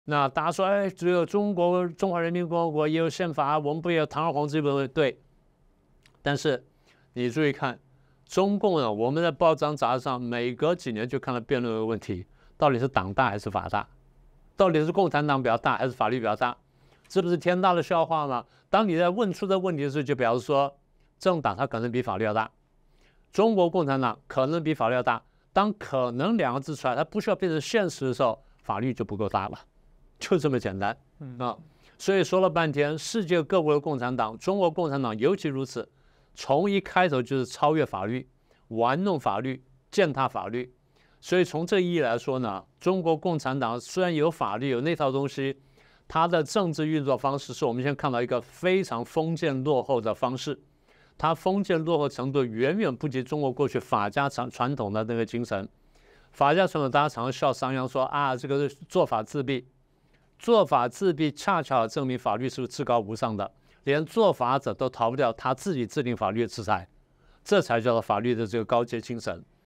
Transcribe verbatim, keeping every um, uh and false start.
那大家说，哎，只有中国中华人民共和国也有宪法，我们不也有堂而皇之不对？但是你注意看，中共呢，我们在报章杂志上每隔几年就看到辩论的问题，到底是党大还是法大？到底是共产党比较大还是法律比较大？这不是天大的笑话吗？当你在问出这问题的时候，就表示说，政党它可能比法律要大，中国共产党可能比法律要大。当可能两个字出来，它不需要变成现实的时候，法律就不够大了，就这么简单啊。所以说了半天，世界各国的共产党，中国共产党尤其如此，从一开头就是超越法律、玩弄法律、践踏法律。所以从这意义来说呢，中国共产党虽然有法律有那套东西，它的政治运作方式是我们现在看到一个非常封建落后的方式。它封建落后程度远远不及中国过去法家传传统的那个精神。法家传统，大家常常笑商鞅说啊，这个是做法自毙，做法自毙恰巧证明法律是至高无上的，连做法者都逃不掉他自己制定法律的制裁，这才叫做法律的这个高阶精神。